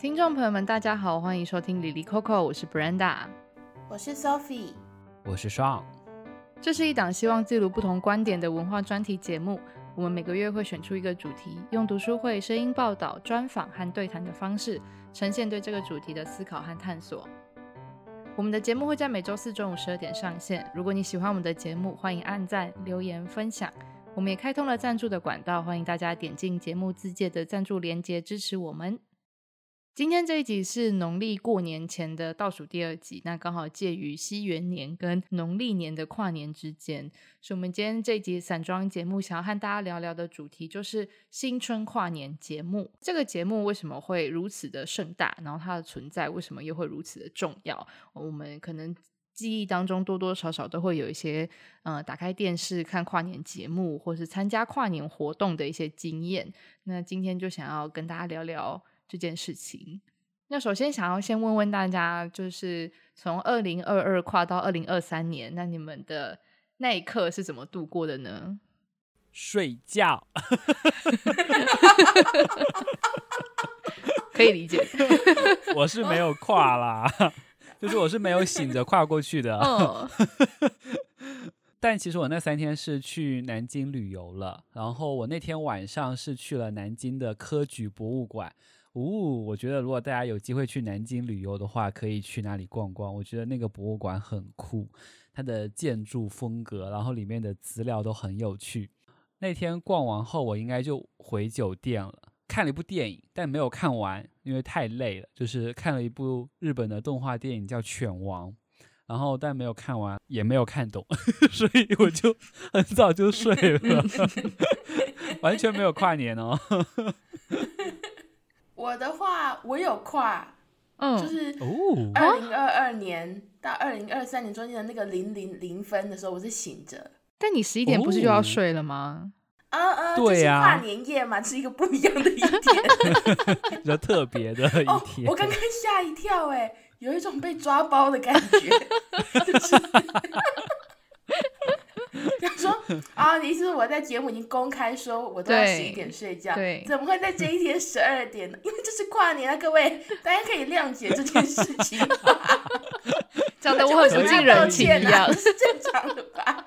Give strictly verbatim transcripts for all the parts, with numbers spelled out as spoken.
听众朋友们大家好，欢迎收听哩哩扣扣，我是 Brenda， 我是 Sophie， 我是 Sean。 这是一档希望记录不同观点的文化专题节目，我们每个月会选出一个主题，用读书会、声音报道、专访和对谈的方式呈现对这个主题的思考和探索。我们的节目会在每周四中午十二点上线，如果你喜欢我们的节目，欢迎按赞、留言、分享。我们也开通了赞助的管道，欢迎大家点进节目自介的赞助连结支持我们。今天这一集是农历过年前的倒数第二集，那刚好介于西元年跟农历年的跨年之间，所以我们今天这一集散装节目想要和大家聊聊的主题就是新春跨年节目。这个节目为什么会如此的盛大，然后它的存在为什么又会如此的重要，我们可能记忆当中多多少少都会有一些呃，打开电视看跨年节目或是参加跨年活动的一些经验。那今天就想要跟大家聊聊这件事情。那首先想要先问问大家，就是从二零二二跨到二零二三年，那你们的那一刻是怎么度过的呢？ 睡觉可以理解我是没有跨啦就是我是没有醒着跨过去的、哦、但其实我那三天是去南京旅游了，然后我那天晚上是去了南京的科举博物馆。哦，我觉得如果大家有机会去南京旅游的话，可以去那里逛逛。我觉得那个博物馆很酷，它的建筑风格，然后里面的资料都很有趣。那天逛完后，我应该就回酒店了，看了一部电影，但没有看完，因为太累了。就是看了一部日本的动画电影叫《犬王》，然后但没有看完，也没有看懂所以我就很早就睡了完全没有跨年哦我的话我有跨、嗯、就是二零二二年到二零二三年中间的那个零零零分的时候我是醒着。 但你十一点不是就要睡了吗？ 啊啊，对啊，这是跨年夜嘛，是一个不一样的一天比较特别的一天、 哦、我刚刚吓一跳耶，有一种被抓包的感觉就是他说啊，你意思是我在节目已经公开说我都要十一点睡觉，怎么会在这一天十二点呢？因为这是跨年啊，各位大家可以谅解这件事情吧讲得我很不近人情一样、 啊、是正常的吧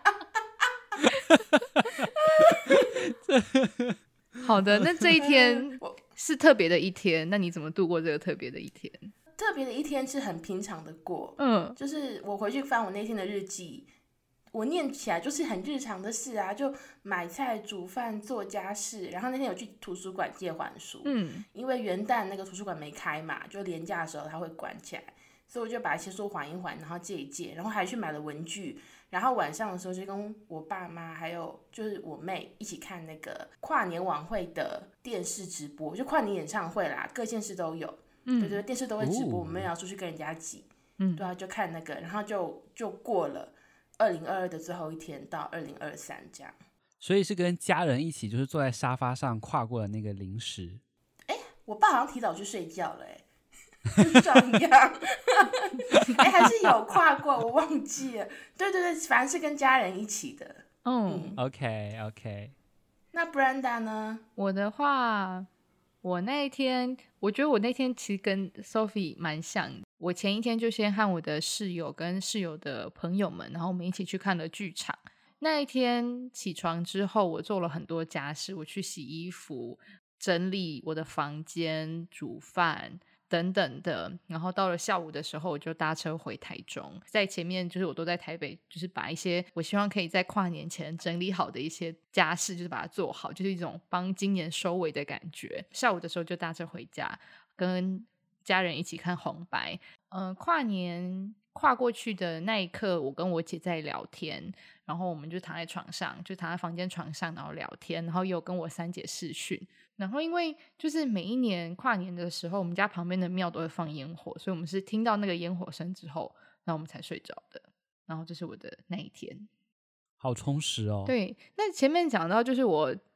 好的，那这一天是特别的一天，那你怎么度过这个特别的一天？ 特别的一天是很平常的过， 嗯， 就是我回去翻我那天的日记，我念起来就是很日常的事啊，就买菜、煮饭、做家事，然后那天有去图书馆借还书，嗯，因为元旦那个图书馆没开嘛，就连假的时候它会关起来，所以我就把一些书还一还，然后借一借，然后还去买了文具，然后晚上的时候就跟我爸妈还有就是我妹一起看那个跨年晚会的电视直播，就跨年演唱会啦，各县市都有，嗯，对对，电视都会直播，哦、我们也要出去跟人家挤，嗯，对啊，就看那个，然后就就过了二零二二的最后一天到二零二三这样。 所以是跟家人一起就是坐在沙发上跨过了那个零食。 哎，我爸好像提早去睡觉了哎就这样哎，还是有跨过我忘记了，对对对，反正是跟家人一起的。 嗯, 嗯 OK OK。 那 Brenda 呢？ 我的话，我那一天我觉得我那天其实跟 Sophie 蛮像的，我前一天就先和我的室友跟室友的朋友们，然后我们一起去看了剧场。那一天起床之后，我做了很多家事，我去洗衣服、整理我的房间、煮饭等等的，然后到了下午的时候我就搭车回台中，在前面就是我都在台北，就是把一些我希望可以在跨年前整理好的一些家事就是把它做好，就是一种帮今年收尾的感觉。下午的时候就搭车回家跟家人一起看红白。呃，跨年跨过去的那一刻，我跟我姐在聊天，然后我们就躺在床上，就躺在房间床上然后聊天，然后也有跟我三姐视讯。然后因为就是每一年跨年的时候，我们家旁边的庙都会放烟火，所以我们是听到那个烟火声之后然后我们才睡着的。然后这是我的那一天， 好充实哦。 对，那前面讲到就是我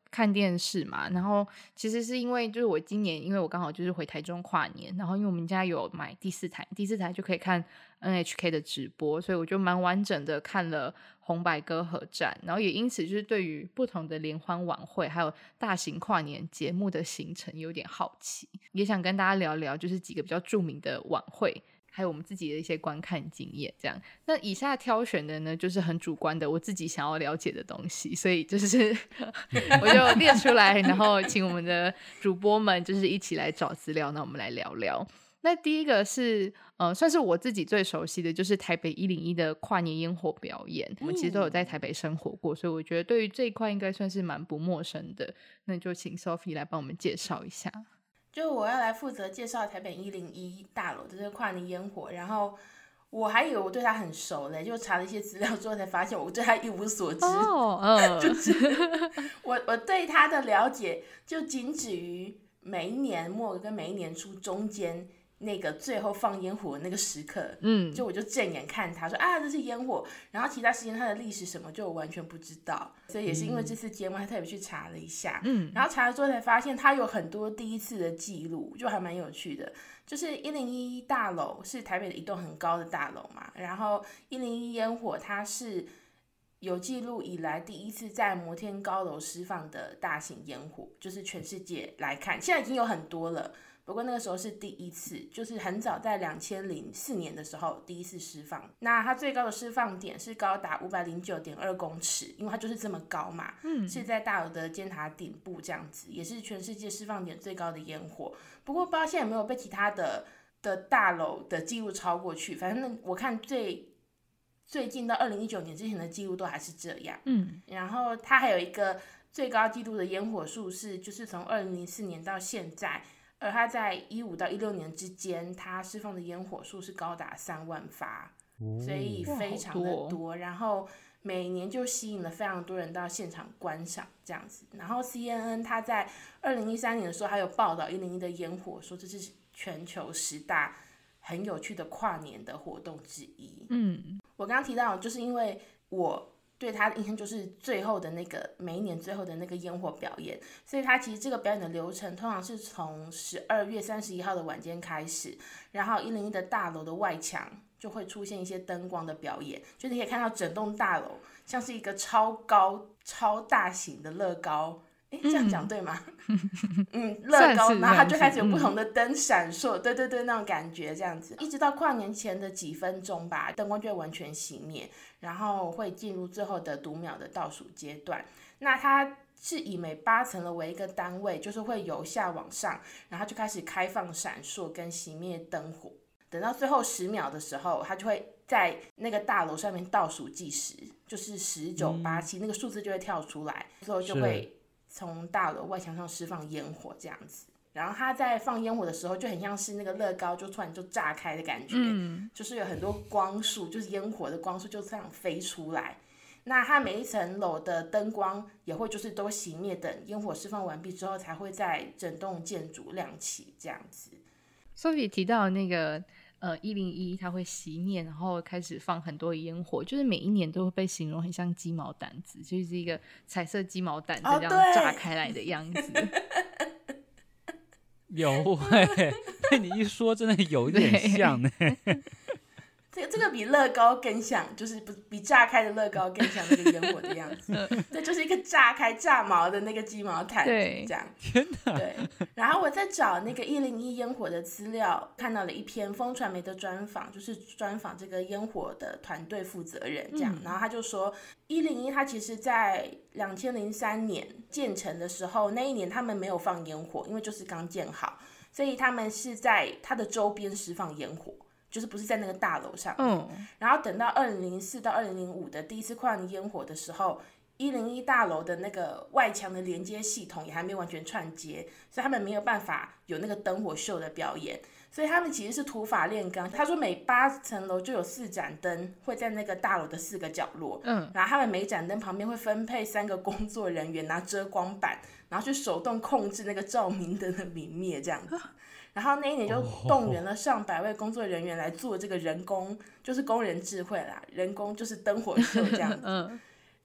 看电视嘛，然后其实是因为就是我今年因为我刚好就是回台中跨年，然后因为我们家有买第四台，第四台就可以看 N H K 的直播，所以我就蛮完整的看了红白歌合战，然后也因此就是对于不同的联欢晚会还有大型跨年节目的行程有点好奇，也想跟大家聊聊就是几个比较著名的晚会还有我们自己的一些观看经验这样。那以下挑选的呢就是很主观的我自己想要了解的东西，所以就是我就列出来，然后请我们的主播们就是一起来找资料，那我们来聊聊。那第一个是呃，算是我自己最熟悉的就是台北一零一的跨年烟火表演，我们其实都有在台北生活过，所以我觉得对于这一块应该算是蛮不陌生的，那就请 Sophie 来帮我们介绍一下。 就我要来负责介绍台北一零一大楼的这个跨年烟火，然后我还以为我对他很熟嘞，就查了一些资料之后才发现我对他一无所知。 哦，嗯， 就是我我对他的了解就仅止于每一年末跟每一年初中间那个最后放烟火的那个时刻，嗯，就我就正眼看他说啊这是烟火，然后其他时间它的历史什么就我完全不知道，所以也是因为这次节目还特别去查了一下，嗯，然后查了之后才发现他有很多第一次的记录，就还蛮有趣的。就是一零一大楼是台北的一栋很高的大楼嘛，然后一零一烟火它是有记录以来第一次在摩天高楼释放的大型烟火，就是全世界来看现在已经有很多了，不过那个时候是第一次，就是很早在两千零四年的时候第一次释放。那它最高的释放点是高达 五百零九点二公尺，因为它就是这么高嘛，嗯，是在大楼的尖塔顶部这样子，也是全世界释放点最高的烟火。不过不知道现在有没有被其他的的大楼的记录超过去，反正我看最最近到二零一九年之前的记录都还是这样，嗯，然后它还有一个最高纪录的烟火数是就是从二零零四年到现在，而它在一五到一六年之间，它释放的烟火数是高达三万发，哦，所以非常的多，多然后每年就吸引了非常多人到现场观赏这样子。然后 C N N 它在二零一三年的时候还有报道一零一的烟火，说这是全球十大很有趣的跨年的活动之一。嗯，我刚刚提到就是因为我对他的印象就是最后的那个每一年最后的那个烟火表演，所以他其实这个表演的流程通常是从十二月三十一号的晚间开始，然后一零一的大楼的外墙就会出现一些灯光的表演，就你可以看到整栋大楼像是一个超高超大型的乐高，诶，这样讲对吗？嗯，乐高，然后它就开始有不同的灯闪烁，嗯，对对对，那种感觉这样子，一直到跨年前的几分钟吧，灯光就会完全熄灭，然后会进入最后的读秒的倒数阶段。那它是以每八层楼为一个单位，就是会由下往上，然后就开始开放闪烁跟熄灭灯火。等到最后十秒的时候，它就会在那个大楼上面倒数计时，就是十九八七，那个数字就会跳出来，最后就会从大楼外墙上释放烟火这样子。然后它在放烟火的时候就很像是那个乐高就突然就炸开的感觉，嗯，就是有很多光束，就是烟火的光束就这样飞出来。那它每一层楼的灯光也会就是都熄灭，等烟火释放完毕之后才会在整栋建筑亮起这样子。 Sophie 提到那个呃一零一它会熄灭，然后开始放很多烟火，就是每一年都会被形容很像鸡毛掸子，就是一个彩色鸡毛掸子这样炸开来的样子。 哦，有哎，欸，被你一说真的有点像呢，欸。 这个这个比乐高更像，就是比炸开的乐高更像那个烟火的样子。对，就是一个炸开炸毛的那个鸡毛掸子这样。 天哪！ 对。然后我在找那个一零一烟火的资料，看到了一篇风传媒的专访，就是专访这个烟火的团队负责人这样。嗯，然后他就说，一零一它其实在两千零三年建成的时候，那一年他们没有放烟火，因为就是刚建好，所以他们是在它的周边释放烟火。就是不是在那个大楼上面，嗯，然后等到二零零四到二零零五的第一次跨年烟火的时候，一零一大楼的那个外墙的连接系统也还没完全串接，所以他们没有办法有那个灯火秀的表演，所以他们其实是土法炼钢。他说每八层楼就有四盏灯会在那个大楼的四个角落，嗯，然后他们每盏灯旁边会分配三个工作人员拿遮光板，然后去手动控制那个照明灯的明灭这样子。然后那一年就动员了上百位工作人员来做这个人工，就是工人智慧啦，人工就是灯火秀这样子。嗯，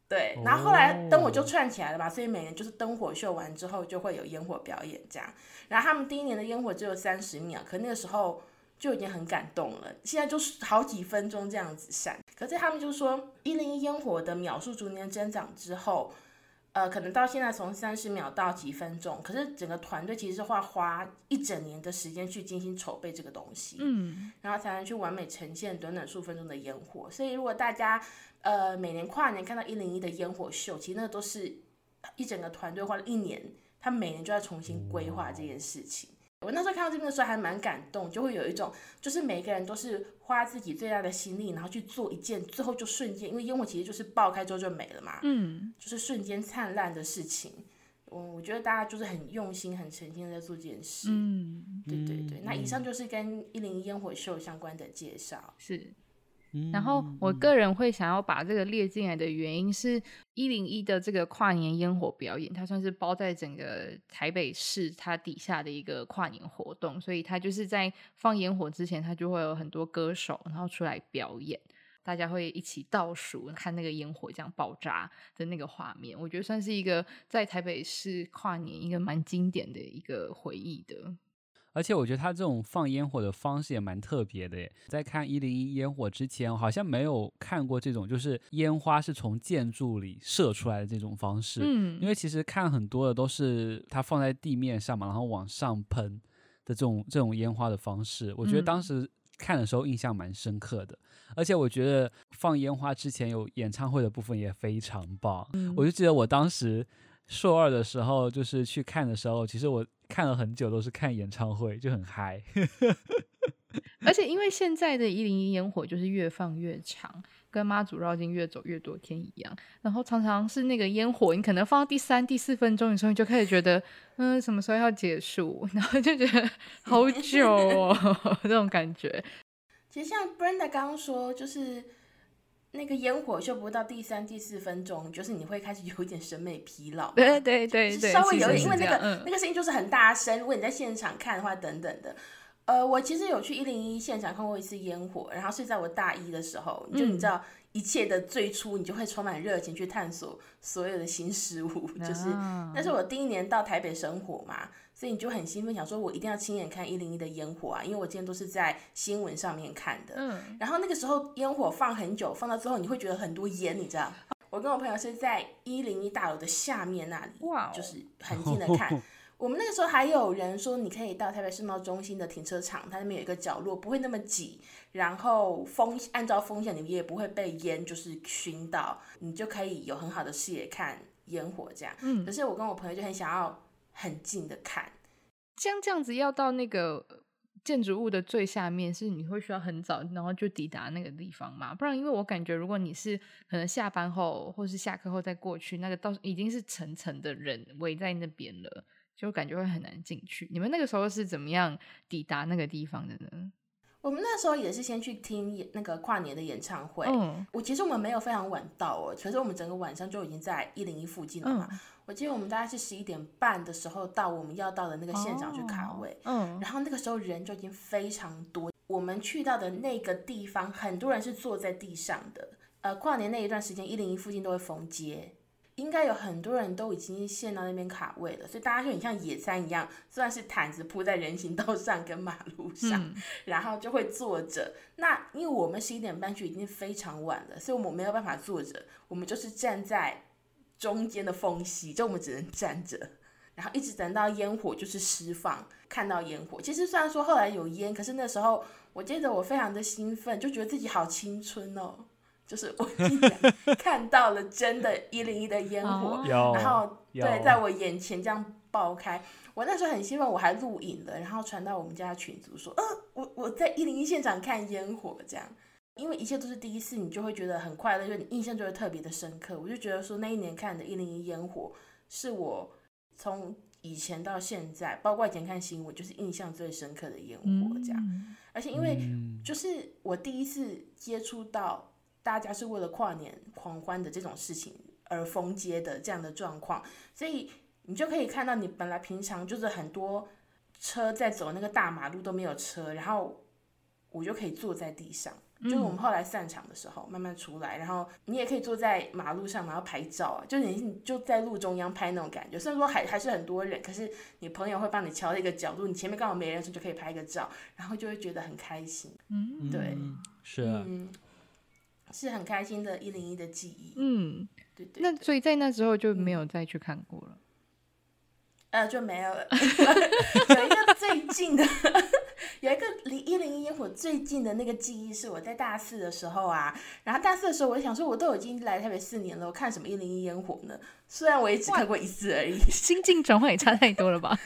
对，然后后来灯火就串起来了嘛，所以每年就是灯火秀完之后就会有烟火表演这样。然后他们第一年的烟火只有三十秒，可那个时候就已经很感动了，现在就是好几分钟这样子闪。可是他们就说一零一烟火的秒数逐年增长之后，呃，可能到现在从三十秒到几分钟，可是整个团队其实是会花一整年的时间去精心筹备这个东西，嗯，然后才能去完美呈现短短数分钟的烟火。所以如果大家呃每年跨年看到一零一的烟火秀，其实那个都是一整个团队花了一年，他每年就要重新规划这件事情。我那时候看到这边的时候还蛮感动，就会有一种就是每个人都是花自己最大的心力，然后去做一件最后就瞬间，因为烟火其实就是爆开之后就没了嘛，嗯，就是瞬间灿烂的事情。我我觉得大家就是很用心很诚心的在做这件事，嗯，对对对。那以上就是跟一零一烟火秀相关的介绍。 是，然后我个人会想要把这个列进来的原因是一零一的这个跨年烟火表演，它算是包在整个台北市它底下的一个跨年活动，所以它就是在放烟火之前它就会有很多歌手然后出来表演，大家会一起倒数看那个烟火这样爆炸的那个画面，我觉得算是一个在台北市跨年一个蛮经典的一个回忆的。 而且我觉得他这种放烟火的方式也蛮特别的耶，在看一零一烟火之前我好像没有看过这种就是烟花是从建筑里射出来的这种方式，嗯，因为其实看很多的都是它放在地面上嘛，然后往上喷的这种这种烟花的方式，我觉得当时看的时候印象蛮深刻的，而且我觉得放烟花之前有演唱会的部分也非常棒，嗯，我就记得我当时硕二的时候就是去看的时候，其实我看了很久都是看演唱会，就很嗨。 而且因为现在的一零一烟火就是越放越长，跟妈祖绕境越走越多天一样，然后常常是那个烟火你可能放到第三第四分钟的时候你就开始觉得嗯什么时候要结束，然后就觉得好久哦这种感觉。 其实像 Brenda 刚刚说就是那个烟火秀不到第三第四分钟，就是你会开始有一点审美疲劳， 对对对对， 稍微有一点，因为那个、 嗯、 那个声音就是很大声，如果你在现场看的话等等的。呃，我其实有去一零一现场看过一次烟火，然后是在我大一的时候，就你知道、嗯、一切的最初，你就会充满热情去探索所有的新事物，就是那是我第一年到台北生活嘛，所以你就很兴奋，想说我一定要亲眼看一零一的烟火啊，因为我今天都是在新闻上面看的。嗯，然后那个时候烟火放很久，放到最后你会觉得很多烟，你知道？我跟我朋友是在一零一大楼的下面那里，哇，就是很近的看。我们那个时候还有人说你可以到台北世贸中心的停车场，它那边有一个角落不会那么挤，然后风按照风向你也不会被烟就是熏到，你就可以有很好的视野看烟火这样、嗯、可是我跟我朋友就很想要很近的看。 像这样子要到那个建筑物的最下面是你会需要很早然后就抵达那个地方吗？不然因为我感觉如果你是可能下班后或是下课后再过去，那个到已经是层层的人围在那边了，就感觉会很难进去。你们那个时候是怎么样抵达那个地方的呢？ 我们那时候也是先去听那个跨年的演唱会、嗯、我其实我们没有非常晚到哦，可是我们整个晚上就已经在一零一附近了嘛、嗯、我记得我们大概是十一点半的时候到我们要到的那个现场去卡位、哦嗯、然后那个时候人就已经非常多，我们去到的那个地方很多人是坐在地上的。呃，跨年那一段时间一零一附近都会封街，应该有很多人都已经陷到那边卡位了，所以大家就很像野餐一样，虽然是毯子铺在人行道上跟马路上、嗯、然后就会坐着。那因为我们十一点半去已经非常晚了，所以我们没有办法坐着，我们就是站在中间的缝隙，就我们只能站着，然后一直等到烟火就是释放，看到烟火。其实虽然说后来有烟，可是那时候我记得我非常的兴奋，就觉得自己好青春哦，就是我竟然看到了真的一零一的烟火、哦、然后对，在我眼前这样爆开。我那时候很兴奋，我还录影了，然后传到我们家的群组说呃，我我在一零一现场看烟火这样。因为一切都是第一次，你就会觉得很快乐，就你印象就会特别的深刻。我就觉得说那一年看的一零一烟火是我从以前到现在，包括以前看新闻，就是印象最深刻的烟火这样、嗯、而且因为就是我第一次接触到大家是为了跨年狂欢的这种事情而封街的这样的状况，所以你就可以看到你本来平常就是很多车在走那个大马路都没有车，然后我就可以坐在地上， 就是我们后来散场的时候慢慢出来，然后你也可以坐在马路上然后拍照啊，就是你就在路中央拍那种感觉，虽然说还还是很多人，可是你朋友会帮你调了一个角度，你前面刚好没人的时候就可以拍一个照，然后就会觉得很开心。嗯，对， 是啊， 嗯，是很开心的一零一的记忆。 嗯， 对 对, 对。 那所以在那之后就没有再去看过了。嗯呃，就没有了。有一个最近的，有一个离一零一烟火最近的那个记忆是我在大四的时候啊，然后大四的时候我就想说，我都已经来台北四年了，我看什么一零一烟火呢？虽然我也只看过一次而已。 心境转换也差太多了吧？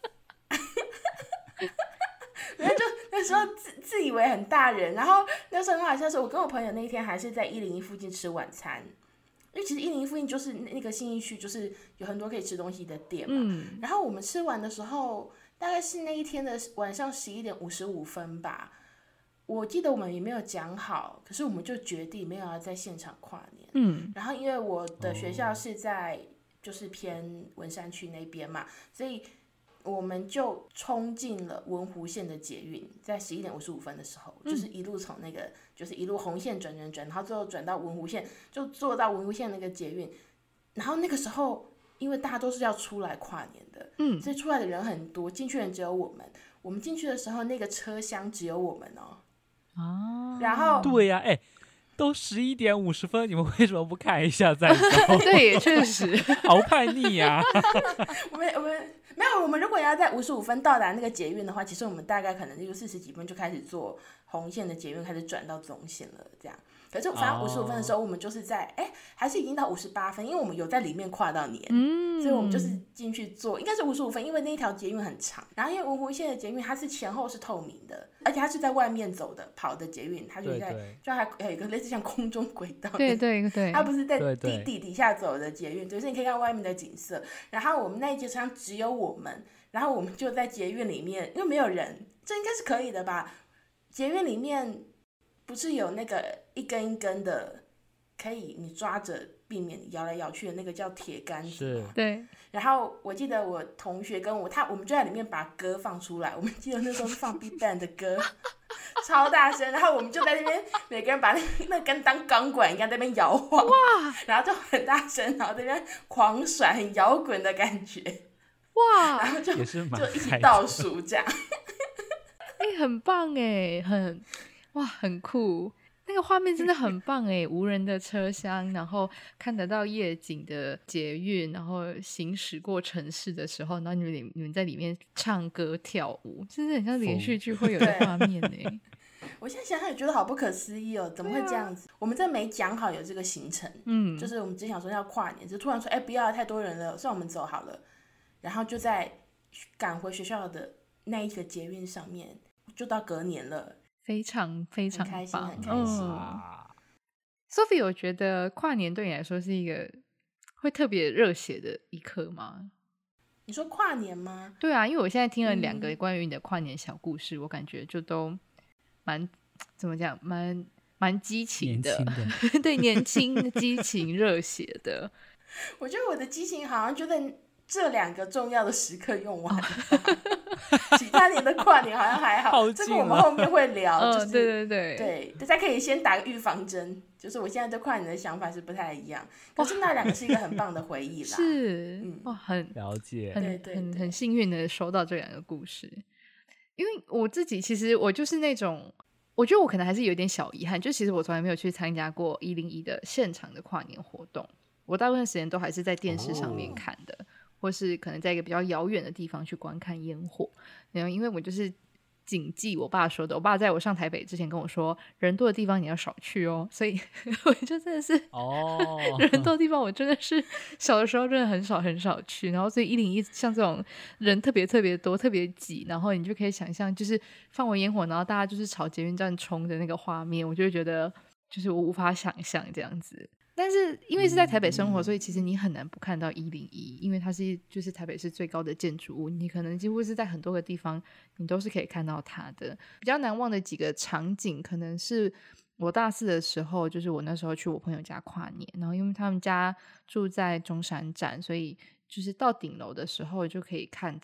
然后就那时候自自以为很大人，然后那时候很好笑是，我跟我朋友那一天还是在一零一附近吃晚餐。因为其实一零一附近就是那个信义区，就是有很多可以吃东西的店嘛。嗯、然后我们吃完的时候，大概是那一天的晚上十一点五十五分吧。我记得我们也没有讲好，可是我们就决定没有要在现场跨年。嗯。然后因为我的学校是在就是偏文山区那边嘛，所以我们就冲进了文湖线的捷运，在十一点五十五分的时候，嗯、就是一路从那个就是一路红线转转转，然后最后转到文湖线，就坐到文湖线那个捷运。然后那个时候，因为大家都是要出来跨年的，嗯，所以出来的人很多，进去的人只有我们。我们进去的时候，那个车厢只有我们哦。哦。然后。 对呀、啊，哎。都十一点五十分，你们为什么不看一下再走？ 对，也确实， 好叛逆呀、啊！ 我们我们没有，我们如果要在五十五分到达那个捷运的话，其实我们大概可能就四十几分就开始坐红线的捷运，开始转到棕线了，这样。可是反正五十五分的时候，我们就是在哎，还是已经到五十八分，因为我们有在里面跨到年，嗯，所以我们就是进去坐，应该是五十五分，因为那一条捷运很长，然后因为文湖线的捷运它是前后是透明的，而且它是在外面走的跑的捷运，它就在对对就还有一个类似像空中轨道， 对对对， 它不是在地地底下走的捷运，对，所以你可以看外面的景色。然后我们那一节车厢只有我们，然后我们就在捷运里面，因为没有人，这应该是可以的吧？捷运里面。不是有那个一根一根的，可以你抓着避免摇来摇去的那个叫铁杆子吗？ 对。 然后我记得我同学跟我他，我们就在里面把歌放出来。我们记得那时候是放 Big Bang 的歌，超大声。然后我们就在那边，每个人把那那根当钢管一样在那边摇晃，哇！然后就很大声，然后在那边狂甩，很摇滚的感觉， 哇！ 然后就也是就一起倒数这样。 哎、欸，很棒哎，很。哇，很酷！那个画面真的很棒哎，无人的车厢，然后看得到夜景的捷运，然后行驶过城市的时候，然后你们你们在里面唱歌跳舞，真的很像连续剧会有的画面哎。 我现在想想也觉得好不可思议哦，怎么会这样子？啊、我们这没讲好有这个行程，嗯，就是我们只想说要跨年，就突然说哎不要太多人了，算我们走好了，然后就在赶回学校的那一个捷运上面，就到隔年了。 非常非常开心，很开心。 嗯、Sophie， 我觉得跨年对你来说是一个会特别热血的一刻吗？ 你说跨年吗？ 对啊，因为我现在听了两个关于你的跨年小故事，嗯、我感觉就都蛮怎么讲，蛮蛮激情的， 年轻的对， 年轻、激情、热血的。 我觉得我的激情好像就在这两个重要的时刻用完了。其他年的跨年好像还好， 好这个我们后面会聊。就是、 嗯、对对对对，大家可以先打个预防针。就是我现在对跨年的想法是不太一样，可是那两个是一个很棒的回忆啦。 是， 嗯， 哇，很了解， 很对对对很很幸运的收到这两个故事。因为我自己其实我就是那种，我觉得我可能还是有点小遗憾，就其实我从来没有去参加过一零一的现场的跨年活动，我大部分时间都还是在电视上面看的。哦，或是可能在一个比较遥远的地方去观看烟火，然后因为我就是谨记我爸说的，我爸在我上台北之前跟我说，人多的地方你要少去哦，所以我就真的是哦， 人多的地方我真的是小的时候真的很少很少去，然后所以一零一像这种人特别特别多特别挤，然后你就可以想象就是放完烟火然后大家就是朝捷运站冲的那个画面，我就会觉得就是我无法想象这样子。但是因为是在台北生活，所以其实你很难不看到一零一，因为它是就是台北市最高的建筑物，你可能几乎是在很多个地方你都是可以看到它的。比较难忘的几个场景可能是我大四的时候，就是我那时候去我朋友家跨年，然后因为他们家住在中山站，所以就是到顶楼的时候就可以看到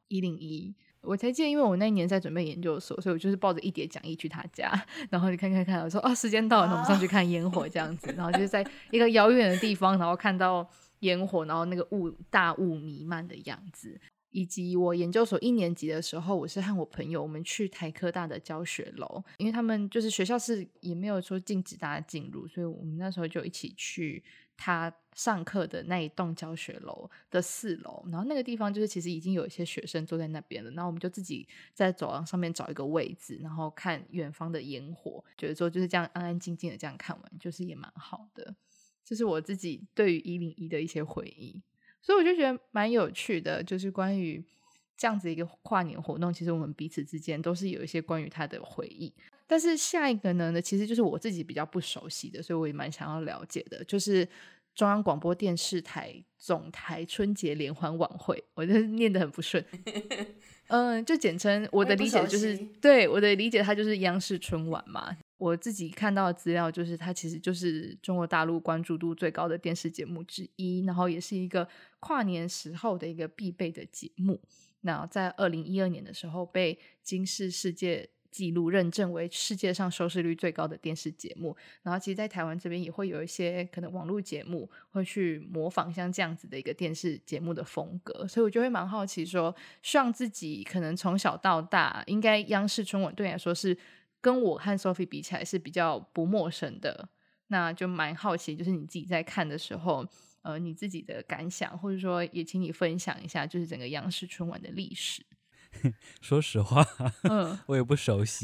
一零一。我才记得因为我那一年在准备研究所，所以我就是抱着一叠讲义去他家，然后就看看看，我说哦时间到了，那我们上去看烟火这样子，然后就是在一个遥远的地方，然后看到烟火，然后那个雾大雾弥漫的样子。以及我研究所一年级的时候，我是和我朋友我们去台科大的教学楼，因为他们就是学校是也没有说禁止大家进入，所以我们那时候就一起去他上课的那一栋教学楼的四楼，然后那个地方就是其实已经有一些学生坐在那边了，然后我们就自己在走廊上面找一个位置，然后看远方的烟火，觉得说就是这样安安静静的这样看完，就是也蛮好的。这是我自己对于一零一的一些回忆，所以我就觉得蛮有趣的，就是关于这样子一个跨年活动，其实我们彼此之间都是有一些关于它的回忆。但是下一个呢，其实就是我自己比较不熟悉的，所以我也蛮想要了解的，就是中央广播电视台总台春节联欢晚会，我就念得很不顺嗯，就简称我的理解就是对我的理解它就是央视春晚嘛。我自己看到的资料就是它其实就是中国大陆关注度最高的电视节目之一，然后也是一个跨年时候的一个必备的节目。那在二零一二年的时候被金氏世界纪录认证为世界上收视率最高的电视节目，然后其实在台湾这边也会有一些可能网络节目会去模仿像这样子的一个电视节目的风格，所以我就会蛮好奇说，像自己可能从小到大应该央视春晚对你来说是跟我和 Sophie 比起来是比较不陌生的，那就蛮好奇就是你自己在看的时候呃，你自己的感想，或者说也请你分享一下就是整个央视春晚的历史。 说实话、嗯、我也不熟悉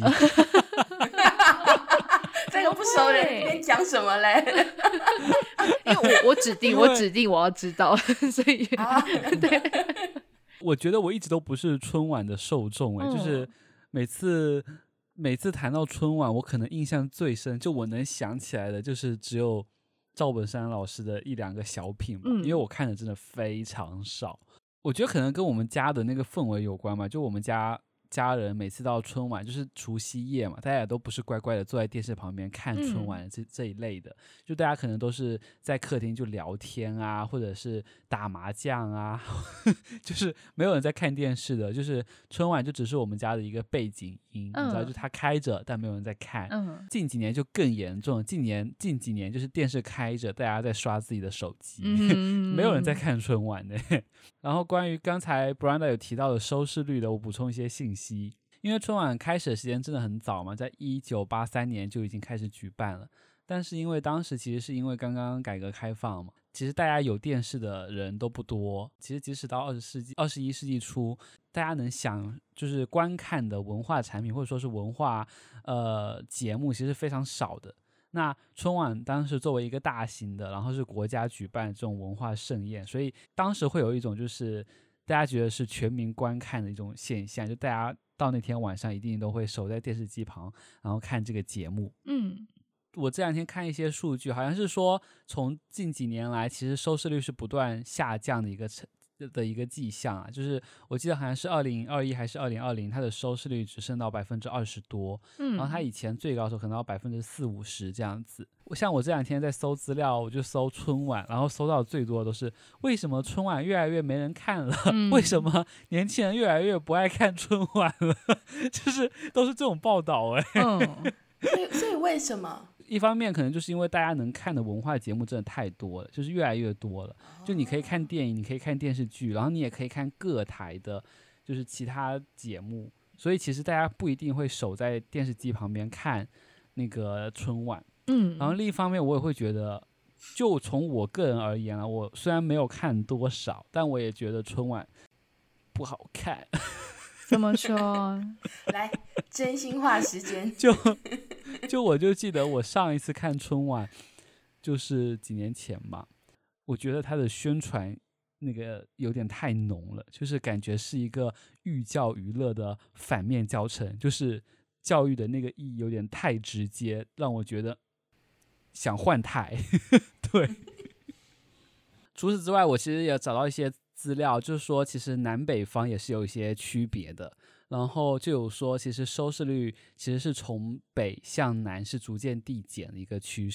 这个不熟人你讲什么嘞因为 我, 我指定我指定我要知道所以、啊、对， 我觉得我一直都不是春晚的受众、欸嗯、就是每次每次谈到春晚我可能印象最深，就我能想起来的就是只有赵本山老师的一两个小品吧、嗯、因为我看的真的非常少。我觉得可能跟我们家的那个氛围有关嘛，就我们家家人每次到春晚就是除夕夜嘛，大家也都不是乖乖的坐在电视旁边看春晚这、嗯、这一类的，就大家可能都是在客厅就聊天啊，或者是打麻将啊就是没有人在看电视的，就是春晚就只是我们家的一个背景音、嗯、你知道，就它开着但没有人在看、嗯、近几年就更严重，近年近几年就是电视开着大家在刷自己的手机、嗯、没有人在看春晚的然后关于刚才 Brenda 有提到的收视率的，我补充一些信息。因为春晚开始的时间真的很早嘛，在一九八三年就已经开始举办了，但是因为当时其实是因为刚刚改革开放嘛，其实大家有电视的人都不多，其实即使到二十世纪二十一世纪初，大家能想就是观看的文化产品或者说是文化呃节目其实非常少的。那春晚当时作为一个大型的，然后是国家举办这种文化盛宴，所以当时会有一种就是大家觉得是全民观看的一种现象，就大家到那天晚上一定都会守在电视机旁然后看这个节目。嗯，我这两天看一些数据，好像是说从近几年来其实收视率是不断下降的一个的一个迹象啊，就是我记得好像是二零二一还是二零二零，它的收视率只剩到百分之二十多，嗯，然后它以前最高的时候可能到百分之四五十这样子。像我这两天在搜资料，我就搜春晚，然后搜到最多的都是为什么春晚越来越没人看了、嗯、为什么年轻人越来越不爱看春晚了就是都是这种报道哎、欸嗯，所以所以为什么？ 一方面可能就是因为大家能看的文化节目真的太多了，就是越来越多了，就你可以看电影，你可以看电视剧，然后你也可以看各台的就是其他节目，所以其实大家不一定会守在电视机旁边看那个春晚。嗯，然后另一方面我也会觉得，就从我个人而言啊，我虽然没有看多少，但我也觉得春晚不好看。 怎么说？ 来，真心话时间。 就就我就记得我上一次看春晚就是几年前嘛，我觉得它的宣传那个有点太浓了，就是感觉是一个寓教于乐的反面教程，就是教育的那个意义有点太直接，让我觉得想换台对。除此之外我其实也找到一些资料，就是说其实南北方也是有一些区别的，然后就有说其实收视率其实是从北向南是逐渐递减的一个趋势。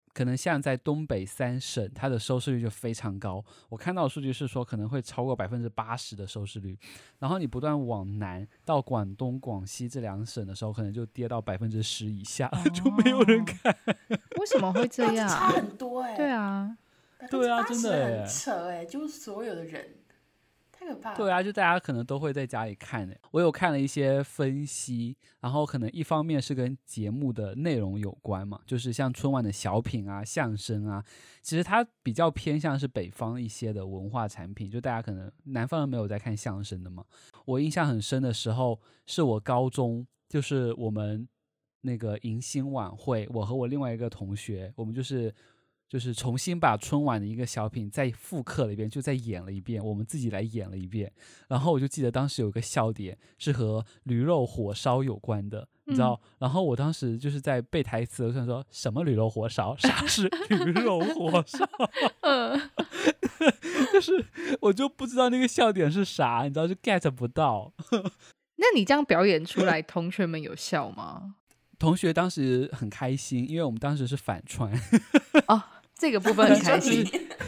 可能像在东北三省，它的收视率就非常高。我看到的数据是说可能会超过百分之八十的收视率，然后你不断往南到广东、广西这两省的时候，可能就跌到百分之十以下，哦、就没有人看。 为什么会这样？ 差很多哎、欸。 对啊， 对啊，真的很扯哎、欸，就是所有的人。太可怕了。 对啊，就大家可能都会在家里看的。我有看了一些分析，然后可能一方面是跟节目的内容有关嘛，就是像春晚的小品啊、相声啊，其实它比较偏向是北方一些的文化产品，就大家可能南方人没有在看相声的嘛。我印象很深的时候，是我高中，就是我们那个迎新晚会，我和我另外一个同学，我们就是就是重新把春晚的一个小品再复刻了一遍，就再演了一遍，我们自己来演了一遍。然后我就记得当时有个笑点是和驴肉火烧有关的，你知道、嗯、然后我当时就是在背台词，我想说什么驴肉火烧，啥是驴肉火烧就是我就不知道那个笑点是啥，你知道，就 get 不到那你这样表演出来同学们有笑吗？ 同学当时很开心，因为我们当时是反串哦，这个部分很开心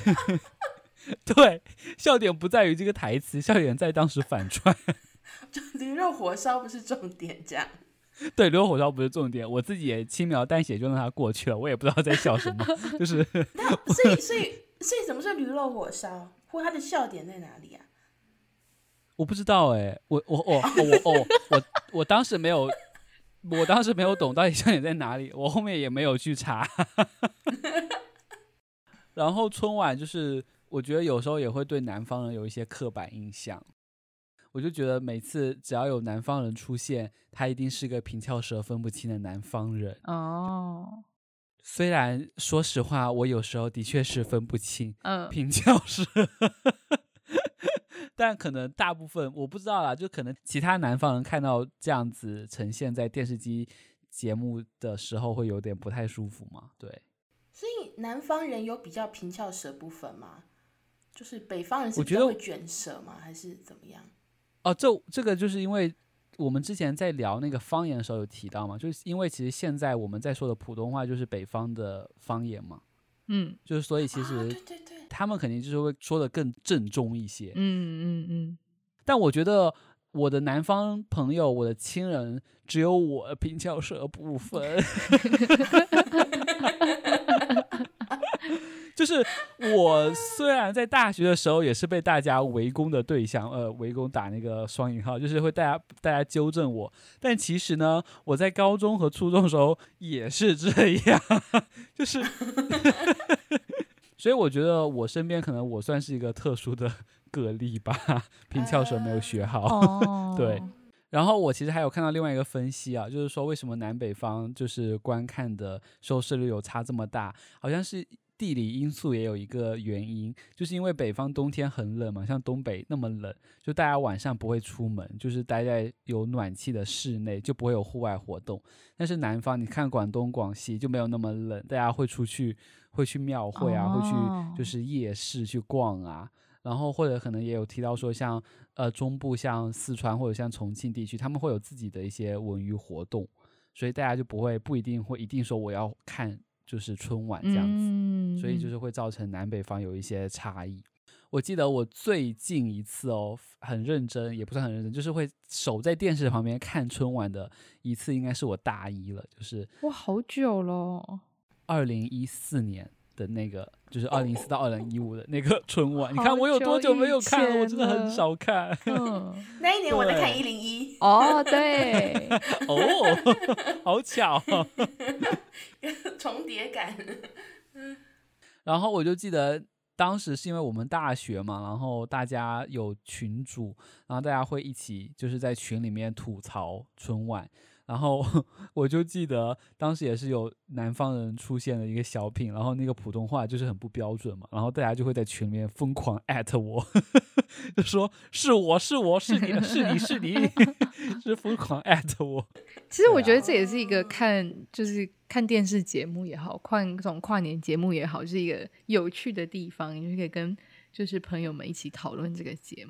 对，笑点不在于这个台词，笑点在当时反串就驴肉火烧不是重点，这样对，驴肉火烧不是重点，我自己也轻描淡写就让它过去了，我也不知道在笑什么就是所以所以所以什么是驴肉火烧，或它的笑点在哪里啊？ 我不知道哎、欸，我我我我我我我当时没有我当时没有懂到底笑点在哪里，我后面也没有去查然后春晚就是我觉得有时候也会对南方人有一些刻板印象，我就觉得每次只要有南方人出现，他一定是个平翘舌分不清的南方人哦。虽然说实话我有时候的确是分不清平翘舌、嗯、但可能大部分我不知道啦，就可能其他南方人看到这样子呈现在电视机节目的时候会有点不太舒服嘛。对， 所以南方人有比较平翘舌部分吗？就是北方人是比较会卷舌吗？还是怎么样？ 哦，这这个就是因为我们之前在聊那个方言的时候有提到嘛，就是因为其实现在我们在说的普通话就是北方的方言嘛，嗯，就是所以其实他们肯定就是会说的更正宗一些，嗯嗯嗯。但我觉得我的南方朋友，我的亲人只有我平翘舌部分就是我虽然在大学的时候也是被大家围攻的对象，呃，围攻打那个双引号，就是会大家大家纠正我，但其实呢，我在高中和初中的时候也是这样，就是所以我觉得我身边可能我算是一个特殊的个例吧，平翘舌没有学好，哦、对。然后我其实还有看到另外一个分析啊，就是说为什么南北方就是观看的收视率有差这么大，好像是地理因素也有一个原因，就是因为北方冬天很冷嘛，像东北那么冷，就大家晚上不会出门，就是待在有暖气的室内，就不会有户外活动。但是南方你看广东广西就没有那么冷，大家会出去会去庙会啊、哦、会去就是夜市去逛啊，然后或者可能也有提到说像呃中部像四川或者像重庆地区，他们会有自己的一些文娱活动，所以大家就不会不一定会一定说我要看就是春晚这样子、嗯、所以就是会造成南北方有一些差异。我记得我最近一次哦很认真，也不算很认真，就是会守在电视旁边看春晚的一次应该是我大一了，就是哇好久了， 二零一四年的那个就是二零一四到二零一五的那个春晚，你看我有多久没有看了，我真的很少看、嗯、 那一年我在看一零一哦对哦好巧重叠感然后我就记得当时是因为我们大学嘛，然后大家有群组，然后大家会一起就是在群里面吐槽春晚，然后我就记得当时也是有南方人出现了一个小品，然后那个普通话就是很不标准嘛，然后大家就会在群里面疯狂艾特我就说是我是我是你是你是你是疯狂艾特我。 其实我觉得这也是一个看就是看电视节目也好，看这种跨年节目也好，就是一个有趣的地方，你就可以跟就是朋友们一起讨论这个节目。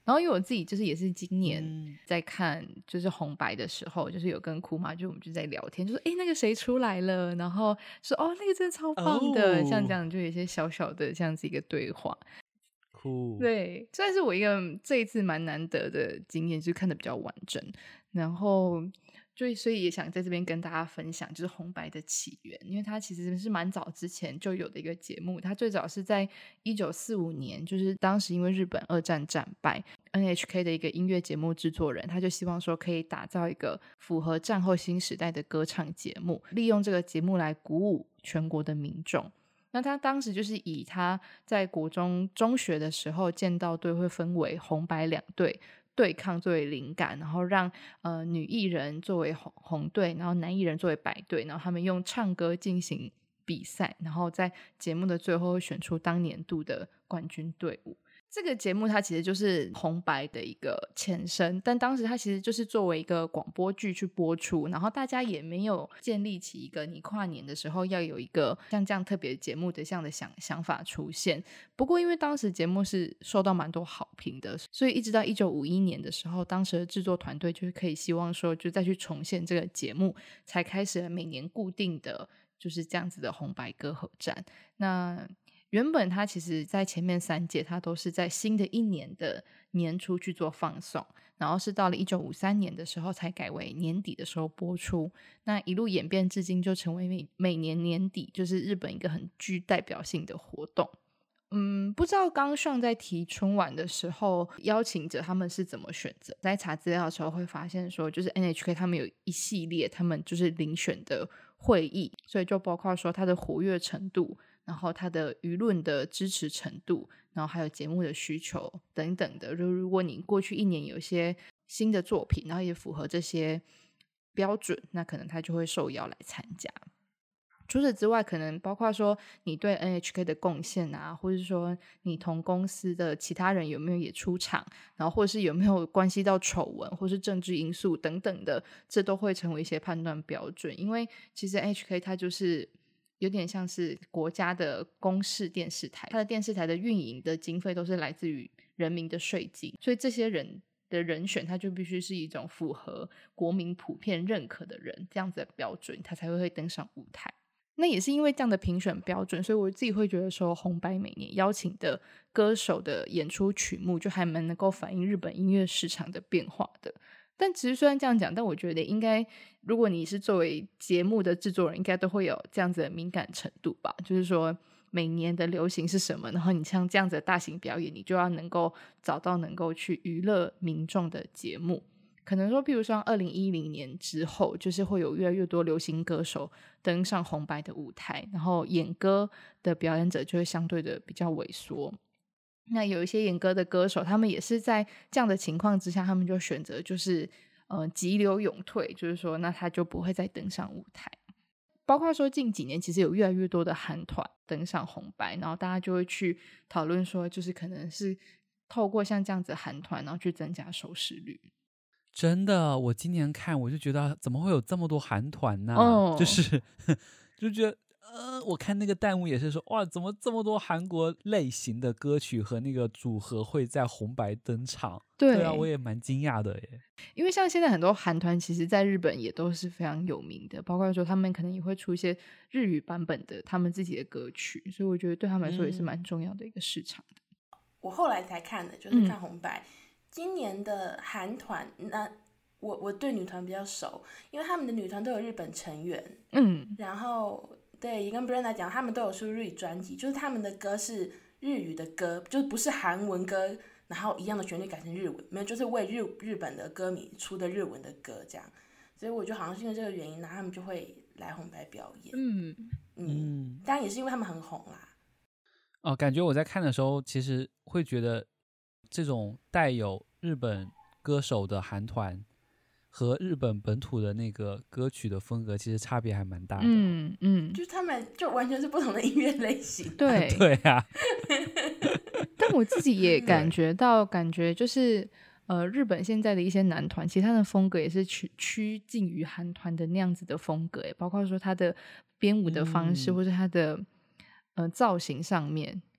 然后因为我自己就是也是今年在看就是红白的时候，就是有跟库妈就我们就在聊天，就说哎那个谁出来了，然后说哦那个真的超棒的、oh. 像这样就有一些小小的这样子一个对话。 酷， 对，算是我一个这一次蛮难得的经验，就是看得比较完整，然后就所以也想在这边跟大家分享就是红白的起源，因为它其实是蛮早之前就有的一个节目，它最早是在一九四五年，就是当时因为日本二战战败 N H K 的一个音乐节目制作人，他就希望说可以打造一个符合战后新时代的歌唱节目，利用这个节目来鼓舞全国的民众。那他当时就是以他在国中中学的时候剑道队会分为红白两队对抗作为灵感，然后让呃女艺人作为红红队，然后男艺人作为白队，然后他们用唱歌进行比赛，然后在节目的最后会选出当年度的冠军队伍。这个节目它其实就是红白的一个前身，但当时它其实就是作为一个广播剧去播出，然后大家也没有建立起一个你跨年的时候要有一个像这样特别节目的这样的想想法出现。不过因为当时节目是受到蛮多好评的，所以一直到一九五一年的时候，当时的制作团队就是可以希望说就再去重现这个节目，才开始了每年固定的就是这样子的红白歌合战。那原本它其实在前面三届它都是在新的一年的年初去做放送，然后是到了一九五三年的时候才改为年底的时候播出，那一路演变至今就成为 每, 每年年底就是日本一个很具代表性的活动。嗯，不知道刚上在提春晚的时候邀请者他们是怎么选择，在查资料的时候会发现说就是 N H K 他们有一系列他们就是遴选的会议，所以就包括说它的活跃程度，然后它的舆论的支持程度，然后还有节目的需求等等的。就如果你过去一年有一些新的作品，然后也符合这些标准，那可能他就会受邀来参加。除此之外可能包括说你对 N H K 的贡献啊，或者说你同公司的其他人有没有也出场，然后或者是有没有关系到丑闻或是政治因素等等的，这都会成为一些判断标准。因为其实 N H K 它就是有点像是国家的公视电视台，它的电视台的运营的经费都是来自于人民的税金，所以这些人的人选它就必须是一种符合国民普遍认可的人，这样子的标准它才会会登上舞台。那也是因为这样的评选标准，所以我自己会觉得说红白每年邀请的歌手的演出曲目就还蛮能够反映日本音乐市场的变化的。但其实虽然这样讲，但我觉得应该如果你是作为节目的制作人，应该都会有这样子的敏感程度吧，就是说每年的流行是什么，然后你像这样子的大型表演，你就要能够找到能够去娱乐民众的节目。可能说譬如说二零一零年之后，就是会有越来越多流行歌手登上红白的舞台，然后演歌的表演者就会相对的比较萎缩。那有一些演歌的歌手，他们也是在这样的情况之下，他们就选择就是呃急流勇退，就是说那他就不会再登上舞台。包括说近几年其实有越来越多的韩团登上红白，然后大家就会去讨论说就是可能是透过像这样子的韩团然后去增加收视率。 真的，我今年看我就觉得怎么会有这么多韩团呢、啊哦、 就是就觉得呃，我看那个弹幕也是说哇，怎么这么多韩国类型的歌曲和那个组合会在红白登场。 对, 对啊，我也蛮惊讶的耶。 因为像现在很多韩团其实在日本也都是非常有名的，包括说他们可能也会出一些日语版本的他们自己的歌曲，所以我觉得对他们来说也是蛮重要的一个市场的、 嗯、我后来才看的就是看红白、嗯、今年的韩团，那我我对女团比较熟，因为他们的女团都有日本成员， 嗯， 然后对也跟 Brenda 讲，他们都有出日语专辑，就是他们的歌是日语的歌，就是不是韩文歌然后一样的旋律改成日文，没有，就是为 日, 日本的歌迷出的日文的歌这样，所以我觉得好像是因为这个原因，然后他们就会来红白表演。 嗯嗯，当然也是因为他们很红啦。 哦，感觉我在看的时候其实会觉得这种带有日本歌手的韩团和日本本土的那个歌曲的风格其实差别还蛮大的。 嗯嗯， 就是他们就完全是不同的音乐类型。 对对啊。 但我自己也感觉到，感觉就是呃，日本现在的一些男团，其实他的风格也是趋趋近于韩团的那样子的风格，包括说他的编舞的方式，嗯、或是他的呃造型上面，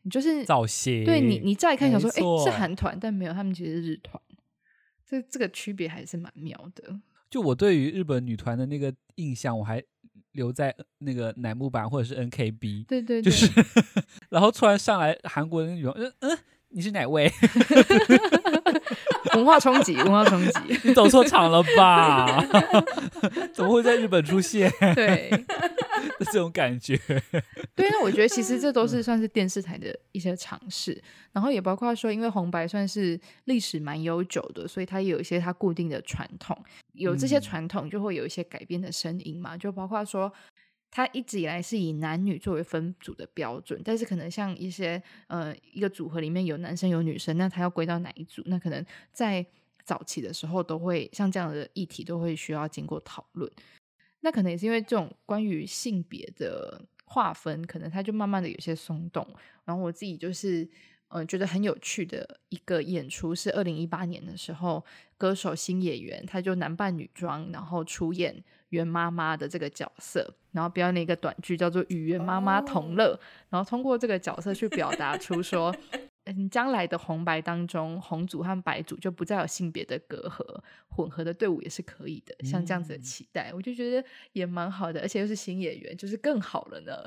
你就是造型， 对你你乍一看想说哎是韩团，但没有，他们其实是日团，这这个区别还是蛮妙的。 就我对于日本女团的那个印象我还留在那个乃木坂或者是 N K B， 对对对， 就是然后突然上来韩国的那种嗯嗯你是哪位文化冲击文化冲击你走错场了吧怎么会在日本出现对这种感觉。 对，那我觉得其实这都是算是电视台的一些尝试，然后也包括说因为红白算是历史蛮悠久的，所以它也有一些它固定的传统，有这些传统就会有一些改变的声音嘛，就包括说它一直以来是以男女作为分组的标准，但是可能像一些呃一个组合里面有男生有女生，那它要归到哪一组，那可能在早期的时候都会像这样的议题都会需要经过讨论。那可能也是因为这种关于性别的划分可能它就慢慢的有些松动，然后我自己就是呃觉得很有趣的一个演出是二零一八年的时候，歌手新演员他就男扮女装然后出演袁妈妈的这个角色，然后表演了一个短剧叫做与袁妈妈同乐、oh. 然后通过这个角色去表达出说嗯，将来的红白当中红组和白组就不再有性别的隔阂，混合的队伍也是可以的，像这样子的期待、嗯、我就觉得也蛮好的，而且又是新演员就是更好了呢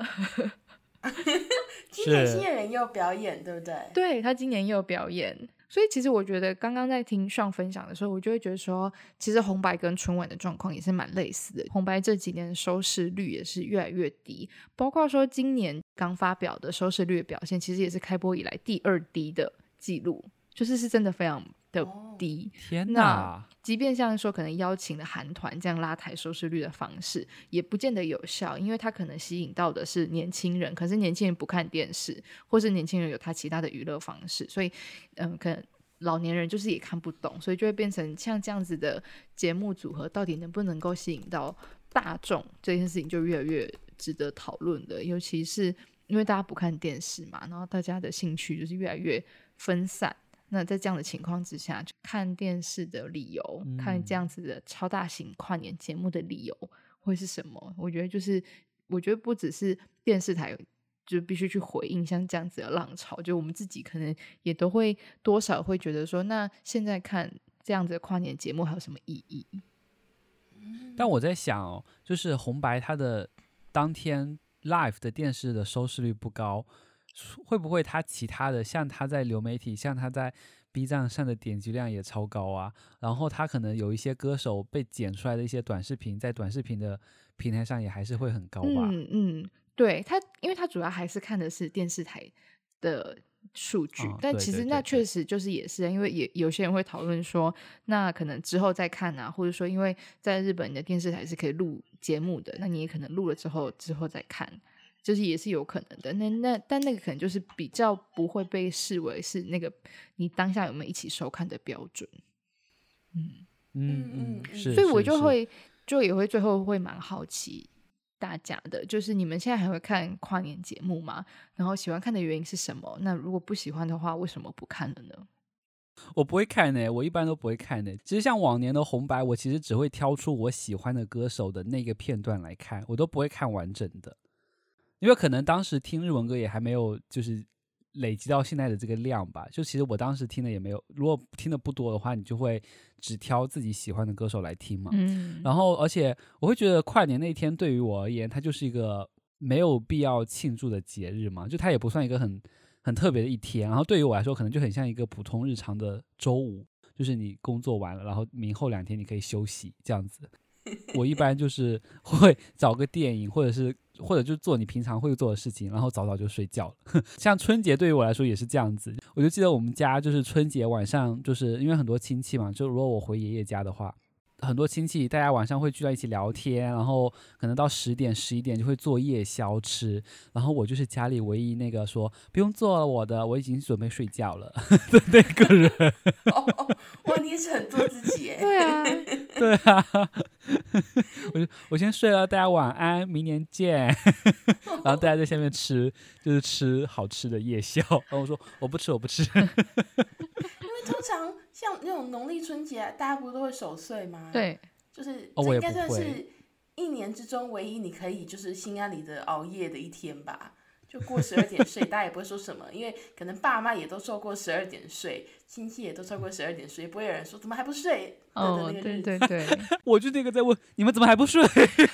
今年新演员也有表演对不对？ 对，他今年也有表演，所以其实我觉得刚刚在听Sean分享的时候，我就会觉得说其实红白跟春晚的状况也是蛮类似的，红白这几年的收视率也是越来越低，包括说今年刚发表的收视率的表现其实也是开播以来第二低的记录，就是是真的非常的低、 哦、天哪，那即便像说可能邀请了韩团这样拉抬收视率的方式也不见得有效，因为他可能吸引到的是年轻人，可是年轻人不看电视，或是年轻人有他其他的娱乐方式，所以嗯，可能老年人就是也看不懂，所以就会变成像这样子的节目组合到底能不能够吸引到大众，这件事情就越来越值得讨论的，尤其是因为大家不看电视嘛，然后大家的兴趣就是越来越分散，那在这样的情况之下看电视的理由、嗯、看这样子的超大型跨年节目的理由会是什么，我觉得就是我觉得不只是电视台就必须去回应像这样子的浪潮，就我们自己可能也都会多少会觉得说那现在看这样子的跨年节目还有什么意义。 但我在想哦，就是红白它的当天 live 的电视的收视率不高，会不会它其他的像它在流媒体像它在 B 站上的点击量也超高啊，然后它可能有一些歌手被剪出来的一些短视频在短视频的平台上也还是会很高吧。 嗯嗯，对，它因为它主要还是看的是电视台的数据、哦、但其实那确实就是也是因为也有些人会讨论说那可能之后再看啊，或者说因为在日本你的电视台是可以录节目的，那你也可能录了之后之后再看，就是也是有可能的，那那但那个可能就是比较不会被视为是那个你当下有没有一起收看的标准。嗯嗯嗯，是， 所以我就会就也会最后会蛮好奇大家的，就是你们现在还会看跨年节目吗？然后喜欢看的原因是什么？那如果不喜欢的话为什么不看了呢？ 我不会看呢，我一般都不会看呢。其实像往年的红白我其实只会挑出我喜欢的歌手的那个片段来看，我都不会看完整的，因为可能当时听日文歌也还没有就是累积到现在的这个量吧，就其实我当时听的也没有，如果听的不多的话你就会只挑自己喜欢的歌手来听嘛、嗯、然后而且我会觉得跨年那天对于我而言它就是一个没有必要庆祝的节日嘛，就它也不算一个很很特别的一天，然后对于我来说可能就很像一个普通日常的周五，就是你工作完了然后明后两天你可以休息这样子。我一般就是会找个电影或者是或者就做你平常会做的事情，然后早早就睡觉了像春节对于我来说也是这样子，我就记得我们家就是春节晚上就是因为很多亲戚嘛，就如果我回爷爷家的话很多亲戚大家晚上会聚在一起聊天，然后可能到十点十一点就会做夜宵吃，然后我就是家里唯一那个说不用做了我的我已经准备睡觉了的那个人哦哦，哇你也是很做自己耶对啊对啊我, 就我先睡了大家晚安明年见然后大家在下面吃就是吃好吃的夜宵，然后我说我不吃我不吃因为通常像那种农历春节、啊、大家不都会守岁吗？ 对， 就是这应该算是一年之中唯一你可以就是心安理得熬夜的一天吧， 就过十二点睡，大家也不会说什么，因为可能爸妈也都受过十二点睡，亲戚也都受过十二点睡，不会有人说怎么还不睡的哦， 那个日子。 对对对， 我就那个在问你们怎么还不睡？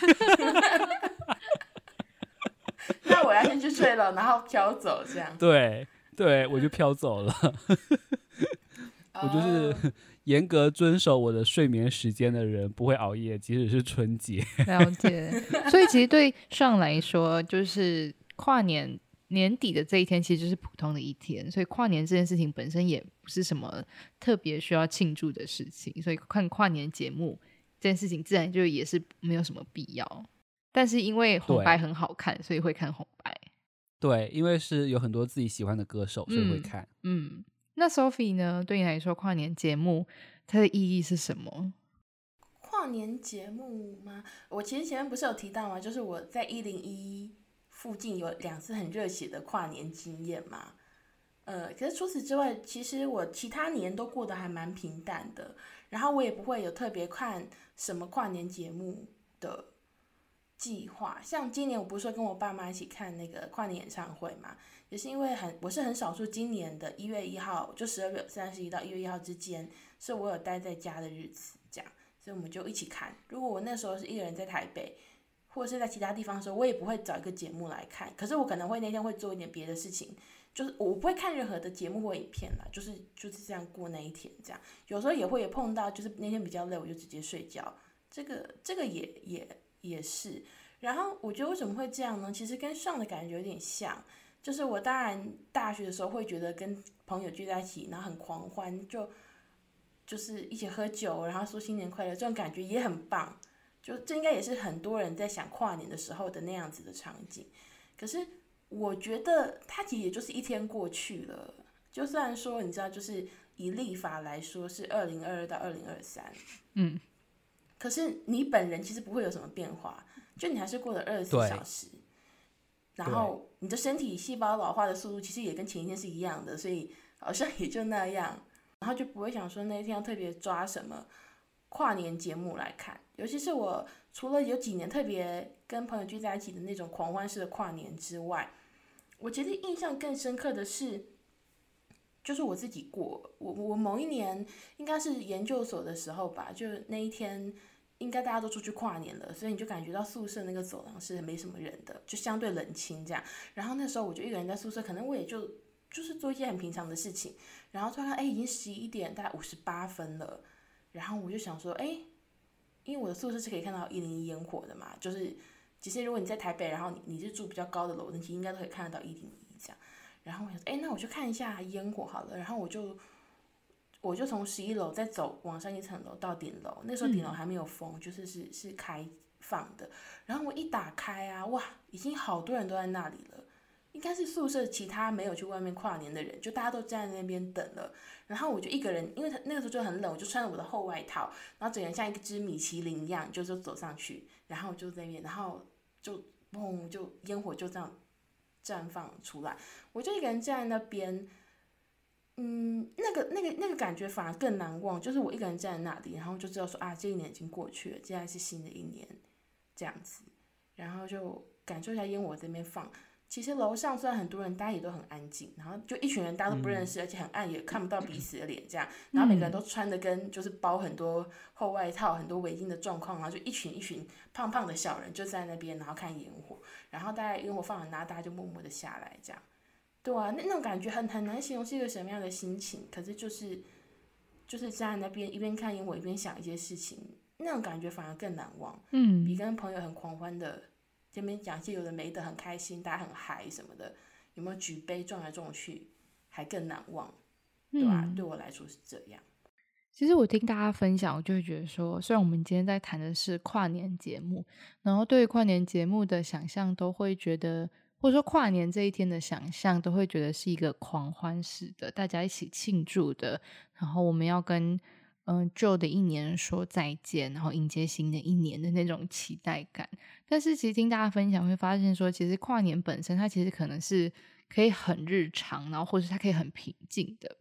那我要先去睡了，然后飘走这样。 对对，我就飘走了。我就是严格遵守我的睡眠时间的人，不会熬夜，即使是春节。 了解。所以其实对上来说，就是跨年年底的这一天其实就是普通的一天，所以跨年这件事情本身也不是什么特别需要庆祝的事情，所以看跨年节目这件事情自然就也是没有什么必要。但是因为红白很好看，所以会看红白。 对，因为是有很多自己喜欢的歌手，所以会看。 嗯，嗯那 Sophie 呢？对你来说，跨年节目它的意义是什么？ 跨年节目吗？我其实前面不是有提到吗？就是我在一零一附近有两次很热血的跨年经验嘛。呃，可是除此之外，其实我其他年都过得还蛮平淡的。然后我也不会有特别看什么跨年节目的计划。像今年我不是说跟我爸妈一起看那个跨年演唱会嘛，也是因为很我是很少数今年的一月一号，就十二月三十一到一月一号之间，是我有待在家的日子，这样，所以我们就一起看。如果我那时候是一个人在台北，或者是在其他地方的时候，我也不会找一个节目来看。可是我可能会那天会做一点别的事情，就是我不会看任何的节目或影片啦，就是就是这样过那一天这样。有时候也会也碰到，就是那天比较累，我就直接睡觉。这个这个也也也是。然后我觉得为什么会这样呢？其实跟上的感觉有点像，就是我当然大学的时候会觉得跟朋友聚在一起，然后很狂欢，就就是一起喝酒，然后说新年快乐，这种感觉也很棒。就这应该也是很多人在想跨年的时候的那样子的场景。可是我觉得它其实也就是一天过去了，就算说你知道，就是以历法来说是二零二二到二零二三，嗯，可是你本人其实不会有什么变化，就你还是过了二十四小时，然后你的身体细胞老化的速度其实也跟前一天是一样的，所以好像也就那样，然后就不会想说那一天要特别抓什么跨年节目来看。尤其是我除了有几年特别跟朋友聚在一起的那种狂欢式的跨年之外，我觉得印象更深刻的是，就是我自己过，我我某一年应该是研究所的时候吧，就那一天应该大家都出去跨年了，所以你就感觉到宿舍那个走廊是没什么人的，就相对冷清这样。然后那时候我就一个人在宿舍，可能我也就就是做一些很平常的事情，然后突然看，哎，已经十一点，大概五十八分了，然后我就想说，哎。因为我的宿舍是可以看到一零一烟火的嘛，就是其实如果你在台北，然后 你, 你是住比较高的楼，你其实应该都可以看得到一零一这样。然后我想说，哎，那我去看一下烟火好了。然后我就我就从十一楼再走往上一层楼到顶楼，那时候顶楼还没有封，嗯、就是是是开放的。然后我一打开啊，哇，已经好多人都在那里了。应该是宿舍其他没有去外面跨年的人，就大家都站在那边等了。然后我就一个人，因为那个时候就很冷，我就穿着我的厚外套，然后整个人像一只米其林一样，就是走上去，然后就在那边，然后就砰，就烟火就这样绽放出来。我就一个人站在那边，嗯，那个那个那个感觉反而更难忘，就是我一个人站在那里，然后就知道说啊，这一年已经过去了，接下来是新的一年，这样子，然后就感受一下烟火在那边放。其实楼上虽然很多人，大家也都很安静，然后就一群人大家都不认识，嗯、而且很暗，也看不到彼此的脸，这样，然后每个人都穿的跟就是包很多厚外套、很多围巾的状况，然后就一群一群胖胖的小人就在那边，然后看烟火，然后大概烟火放完，然后大家就默默的下来，这样，对啊，那那种感觉很很难形容是一个什么样的心情，可是就是就是站在那边一边看烟火一边想一些事情，那种感觉反而更难忘，嗯，比跟朋友很狂欢的。这边讲一些有的没的，很开心，大家很嗨什么的，有没有举杯撞来撞去，还更难忘，对吧、啊嗯？对我来说是这样。 其实我听大家分享，我就会觉得说，虽然我们今天在谈的是跨年节目，然后对于跨年节目的想象，都会觉得，或者说跨年这一天的想象，都会觉得是一个狂欢式的，大家一起庆祝的，然后我们要跟嗯旧的一年说再见，然后迎接新的一年的那种期待感。但是其实听大家分享会发现说，其实跨年本身它其实可能是可以很日常，然后或者它可以很平静的。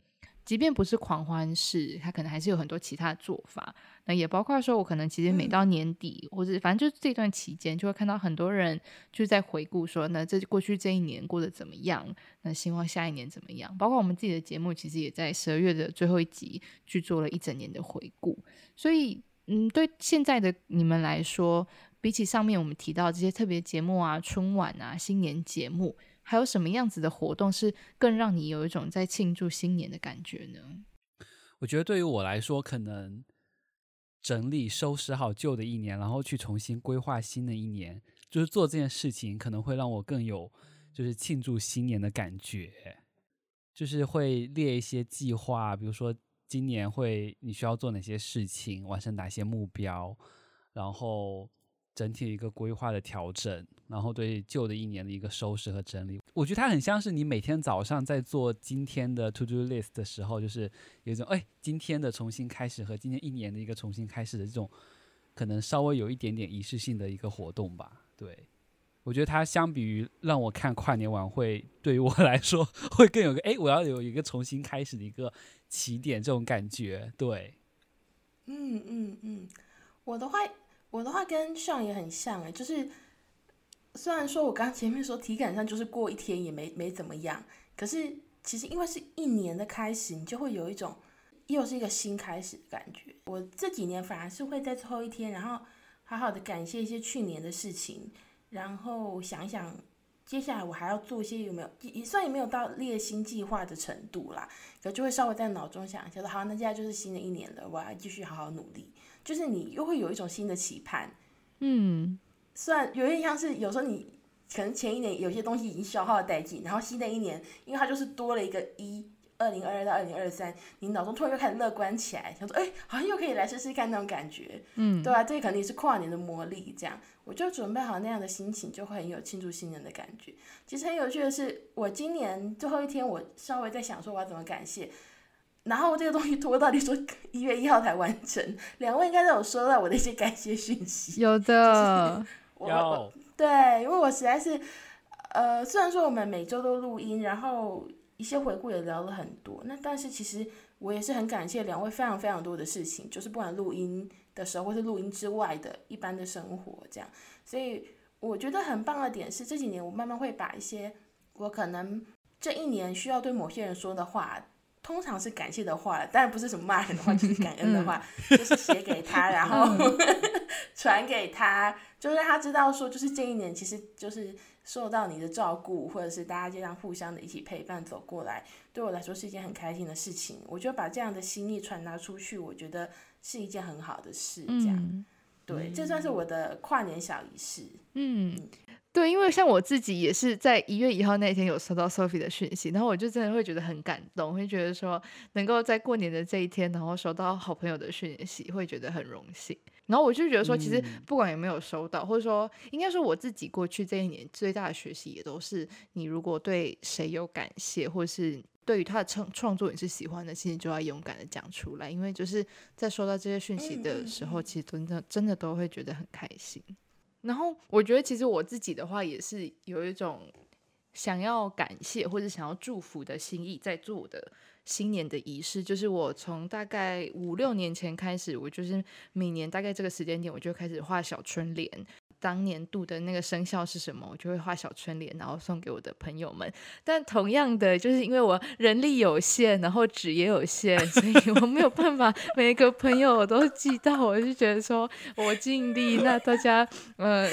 即便不是狂欢式，它可能还是有很多其他的做法。那也包括说我可能其实每到年底、嗯、或者反正就这段期间就会看到很多人就在回顾说那这过去这一年过得怎么样，那希望下一年怎么样。包括我们自己的节目其实也在十二月的最后一集去做了一整年的回顾。所以嗯，对现在的你们来说，比起上面我们提到这些特别节目啊、春晚啊、新年节目，还有什么样子的活动是更让你有一种在庆祝新年的感觉呢？ 我觉得对于我来说，可能整理收拾好旧的一年，然后去重新规划新的一年，就是做这件事情可能会让我更有就是庆祝新年的感觉。就是会列一些计划，比如说今年会你需要做哪些事情，完成哪些目标，然后整体一个规划的调整，然后对旧的一年的一个收拾和整理。我觉得它很像是你每天早上在做今天的 to do list 的时候，就是有一种哎，今天的重新开始和今天一年的一个重新开始的这种可能稍微有一点点仪式性的一个活动吧。对，我觉得它相比于让我看跨年晚会，对于我来说会更有个哎，我要有一个重新开始的一个起点这种感觉。对， 嗯嗯嗯，我的话我的话跟Sean也很像哎，就是虽然说我刚前面说体感上就是过一天也没没怎么样，可是其实因为是一年的开始，你就会有一种又是一个新开始的感觉。我这几年反而是会在最后一天，然后好好的感谢一些去年的事情，然后想一想接下来我还要做一些有没有，也虽然也没有到列新计划的程度啦，可就会稍微在脑中想一下说好，那现在就是新的一年了，我要继续好好努力，就是你又会有一种新的期盼。嗯，虽然有点像是有时候你可能前一年有些东西已经消耗殆尽，然后新的一年因为它就是多了一个一，二零二二到二零二三，你脑中突然又开始乐观起来，想说哎，好像又可以来试试看那种感觉。嗯，对啊，这可能也是跨年的魔力。这样我就准备好那样的心情，就会很有庆祝新年的感觉。其实很有趣的是，我今年最后一天我稍微在想说我要怎么感谢，然后这个东西拖到你说一月一号才完成，两位应该都有收到我的一些感谢讯息。 有的， 我有。对，因为我实在是，呃，虽然说我们每周都录音，然后一些回顾也聊了很多，那但是其实我也是很感谢两位非常非常多的事情，就是不管录音的时候或是录音之外的一般的生活这样。所以我觉得很棒的点是，这几年我慢慢会把一些我可能这一年需要对某些人说的话，通常是感谢的话，当然不是什么骂人的话，就是感恩的话，就是写给他，然后传给他，就让他知道说，就是这一年其实就是受到你的照顾，或者是大家这样互相的一起陪伴走过来，对我来说是一件很开心的事情。我觉得把这样的心意传达出去，我觉得是一件很好的事。这样，嗯、对，这算是我的跨年小仪式。嗯。嗯对，因为像我自己也是在一月一号那天有收到 Sophie 的讯息，然后我就真的会觉得很感动，会觉得说能够在过年的这一天，然后收到好朋友的讯息，会觉得很荣幸。然后我就觉得说，其实不管有没有收到，嗯、或者说应该说我自己过去这一年最大的学习，也都是你如果对谁有感谢，或是对于他的创创作你是喜欢的，其实就要勇敢的讲出来，因为就是在收到这些讯息的时候，其实真的真的都会觉得很开心。然后我觉得其实我自己的话也是有一种想要感谢或者想要祝福的心意在做我的新年的仪式，就是我从大概五六年前开始，我就是每年大概这个时间点我就开始画小春联，当年度的那个生肖是什么，我就会画小春联，然后送给我的朋友们。但同样的，就是因为我人力有限，然后纸也有限，所以我没有办法每一个朋友我都寄到。我就觉得说我尽力，那大家呃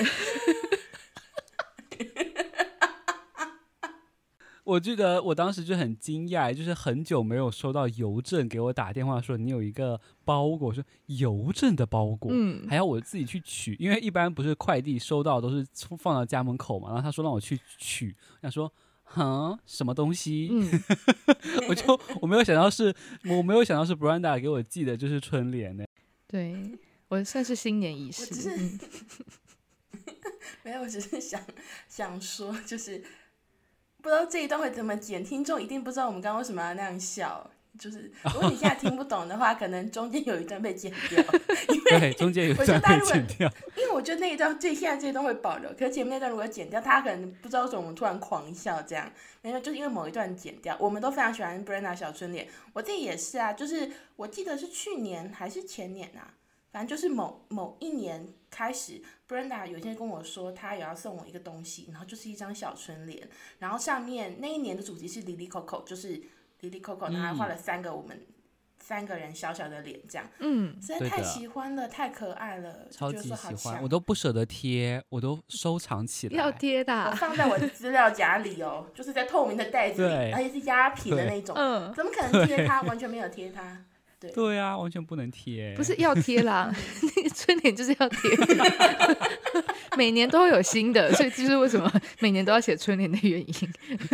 我记得我当时就很惊讶，就是很久没有收到邮政给我打电话说你有一个包裹，我说邮政的包裹，嗯，还要我自己去取，因为一般不是快递收到都是放到家门口嘛，然后他说让我去取，我想说哈什么东西，嗯、我就我没有想到是我没有想到是 Brenda 给我寄的就是春联呢。 对，我算是新年仪式， 我只是、嗯、没有，我只是想想说就是不知道这一段会怎么剪，听众一定不知道我们刚刚为什么要那样笑。就是如果你现在听不懂的话，可能中间有一段被剪掉，因为对，中间有一段被剪掉。 因为我觉得那一段这现在这一段会保留，可是前面那段如果剪掉，他可能不知道为什么我们突然狂笑这样，因为就是因为某一段剪掉。我们都非常喜欢 Brenda 小春联，我自己也是啊，就是我记得是去年还是前年啊，反正就是某某一年开始 ，Brenda 有一天跟我说，她也要送我一个东西，然后就是一张小春联，然后上面那一年的主题是 Lily Coco， 就是 Lily Coco， 然后还画了三个我们。三个人小小的脸这样，嗯，实在太喜欢了，太可爱了， 超级喜欢，我都不舍得贴，我都收藏起来。 要贴的、啊， 我放在我的资料夹里哦，就是在透明的袋子里，而且是压平的那种，嗯，怎么可能贴它？完全没有贴它。对对啊，完全不能贴。 不是要贴啦，那个春联就是要贴，每年都会有新的，所以这就是为什么每年都要写春联的原因。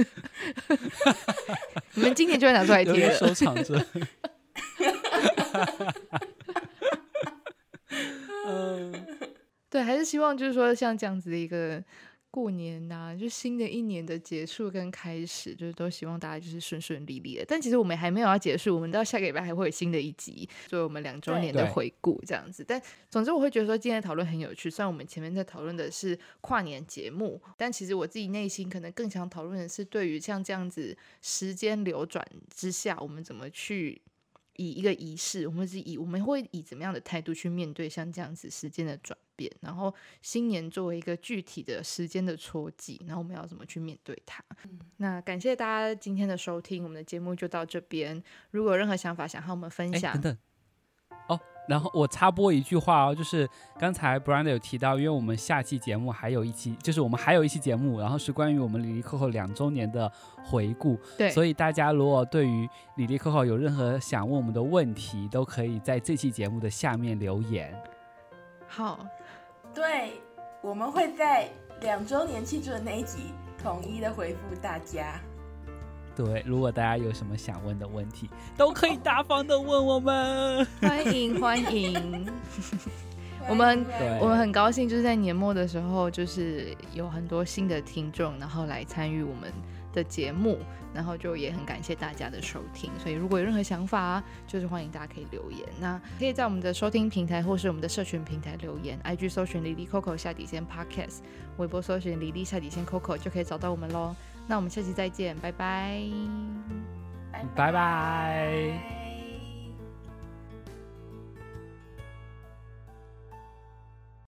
你们今年就会拿出来贴了， 收藏着。 嗯，对，还是希望就是说像这样子的一个过年啊，就新的一年的结束跟开始，就是都希望大家就是顺顺利利的。但其实我们还没有要结束，我们到下个礼拜还会有新的一集，作为我们两周年的回顾这样子。但总之我会觉得说今天的讨论很有趣，虽然我们前面在讨论的是跨年节目，但其实我自己内心可能更想讨论的是对于像这样子时间流转之下，我们怎么去以一个仪式，我们是以我们会以怎么样的态度去面对像这样子时间的转变，然后新年作为一个具体的时间的戳记，然后我们要怎么去面对它、嗯、那感谢大家今天的收听，我们的节目就到这边。如果有任何想法想和我们分享， 等等哦，然后我插播一句话哦，就是刚才 Brenda 有提到，因为我们下期节目还有一期，就是我们还有一期节目，然后是关于我们里里扣扣两周年的回顾。 对， 所以大家如果对于里里扣扣有任何想问我们的问题，都可以在这期节目的下面留言。 好， 对，我们会在两周年庆祝的那一集统一的回复大家。 对，如果大家有什么想问的问题，都可以大方的问我们。 欢迎欢迎。我们我们很高兴，就是在年末的时候，就是有很多新的听众，然后来参与我们的节目，然后就也很感谢大家的收听。所以如果有任何想法，就是欢迎大家可以留言，那可以在我们的收听平台或是我们的社群平台留言 I G 搜寻 Lily Coco 下底线 Podcast， 微博搜寻 Lily 下底线 Coco 就可以找到我们咯。那我们下期再见，拜拜， 拜拜。